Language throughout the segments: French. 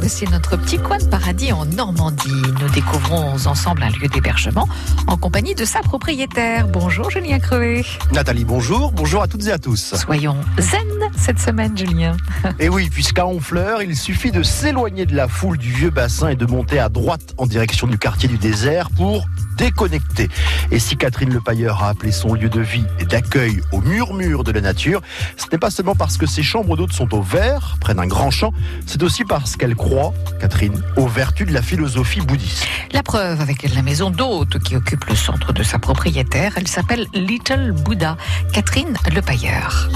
c'est notre petit coin de paradis en Normandie. Nous découvrons ensemble un lieu d'hébergement en compagnie de sa propriétaire. Bonjour Julien Crevé. Nathalie, bonjour. Bonjour à toutes et à tous. Soyons zen cette semaine, Julien. Et oui, puisqu'à Honfleur, il suffit de s'éloigner de la foule du vieux bassin et de monter à droite en direction du quartier du désert pour déconnecter. Et si Catherine Lepailleur a appelé son lieu de vie et d'accueil au murmure de la nature, ce n'est pas seulement parce que ses chambres d'hôtes sont au vert, près d'un grand champ, c'est aussi parce qu'elle croit, Catherine, aux vertus de la philosophie bouddhiste. La preuve avec la maison d'hôtes qui occupe le centre de sa propriétaire, elle s'appelle Little Buddha, Catherine Lepailleur.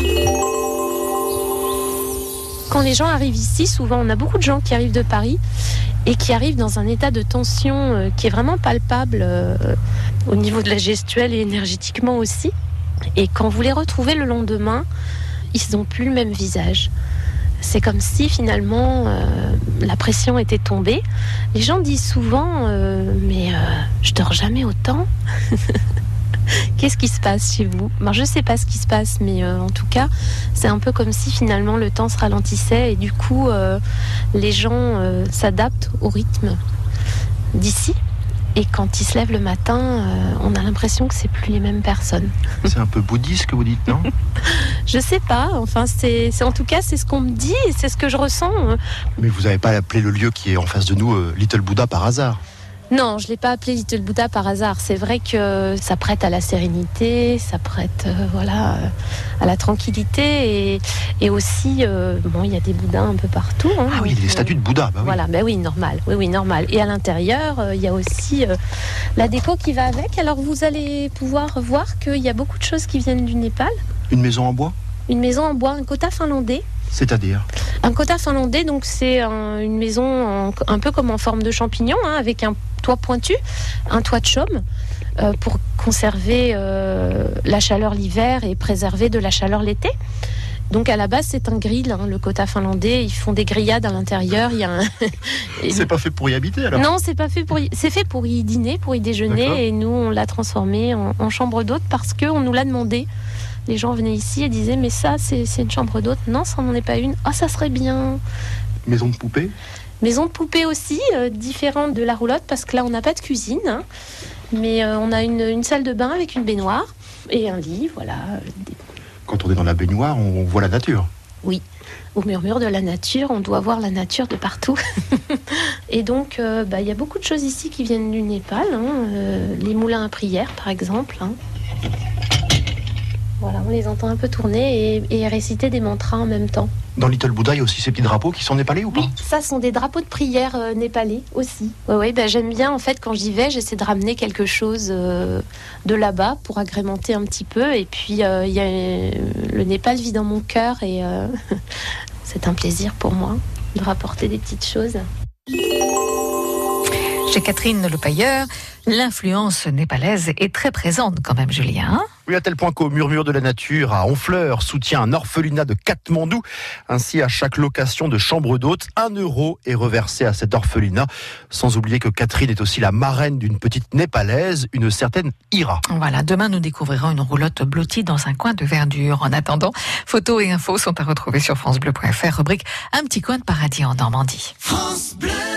Quand les gens arrivent ici, souvent on a beaucoup de gens qui arrivent de Paris et qui arrivent dans un état de tension qui est vraiment palpable au niveau de la gestuelle et énergétiquement aussi. Et quand vous les retrouvez le lendemain, ils n'ont plus le même visage. C'est comme si finalement la pression était tombée. Les gens disent souvent mais je dors jamais autant. Qu'est-ce qui se passe chez vous ? Je ne sais pas ce qui se passe, mais en tout cas, c'est un peu comme si finalement le temps se ralentissait et du coup, les gens s'adaptent au rythme d'ici. Et quand ils se lèvent le matin, on a l'impression que c'est plus les mêmes personnes. C'est un peu bouddhiste que vous dites, non ? Je sais pas. Enfin, c'est en tout cas c'est ce qu'on me dit et c'est ce que je ressens. Mais vous n'avez pas appelé le lieu qui est en face de nous Little Buddha par hasard ? Non, je ne l'ai pas appelé Little Buddha par hasard. C'est vrai que ça prête à la sérénité, ça prête à la tranquillité et aussi, il y a des Bouddhas un peu partout. Hein, ah oui, il y a des statues de Bouddha. Bah oui. Voilà, oui, normal. Oui, normal. Et à l'intérieur, il y a aussi la déco qui va avec. Alors vous allez pouvoir voir qu'il y a beaucoup de choses qui viennent du Népal. Une maison en bois ? Une maison en bois, un kota finlandais. C'est-à-dire ? Un kota finlandais, donc c'est une maison un peu comme en forme de champignon, avec un toit pointu, un toit de chaume, pour conserver la chaleur l'hiver et préserver de la chaleur l'été. Donc à la base c'est un grill, le kota finlandais. Ils font des grillades à l'intérieur. Il y a C'est pas fait pour y habiter alors ? Non, c'est pas fait pour c'est fait pour y dîner, pour y déjeuner. D'accord. Et nous on l'a transformé en chambre d'hôte parce qu'on nous l'a demandé. Les gens venaient ici et disaient mais ça c'est une chambre d'hôte. Non, ça n'en est pas une. Ah, ça serait bien. Maison de poupée ? Maison de poupée aussi, différente de la roulotte parce que là on n'a pas de cuisine, mais on a une salle de bain avec une baignoire et un lit, voilà. Quand on est dans la baignoire, on voit la nature. Oui, au murmure de la nature, on doit voir la nature de partout. Et donc, y a beaucoup de choses ici qui viennent du Népal, les moulins à prière par exemple. Voilà, on les entend un peu tourner et réciter des mantras en même temps. Dans Little Buddha, il y a aussi ces petits drapeaux qui sont népalais ou pas ? Oui, ça sont des drapeaux de prière népalais aussi. Ouais, j'aime bien en fait quand j'y vais, j'essaie de ramener quelque chose de là-bas pour agrémenter un petit peu. Et puis le Népal vit dans mon cœur et c'est un plaisir pour moi de rapporter des petites choses. Chez Catherine Lepailleur, l'influence népalaise est très présente quand même, Julien. Oui, à tel point qu'au murmure de la nature, à Honfleur, soutient un orphelinat de Katmandou. Ainsi, à chaque location de chambre d'hôte, 1 euro est reversé à cet orphelinat. Sans oublier que Catherine est aussi la marraine d'une petite népalaise, une certaine Ira. Voilà, demain nous découvrirons une roulotte blottie dans un coin de verdure. En attendant, photos et infos sont à retrouver sur francebleu.fr, rubrique Un petit coin de paradis en Normandie. France Bleu.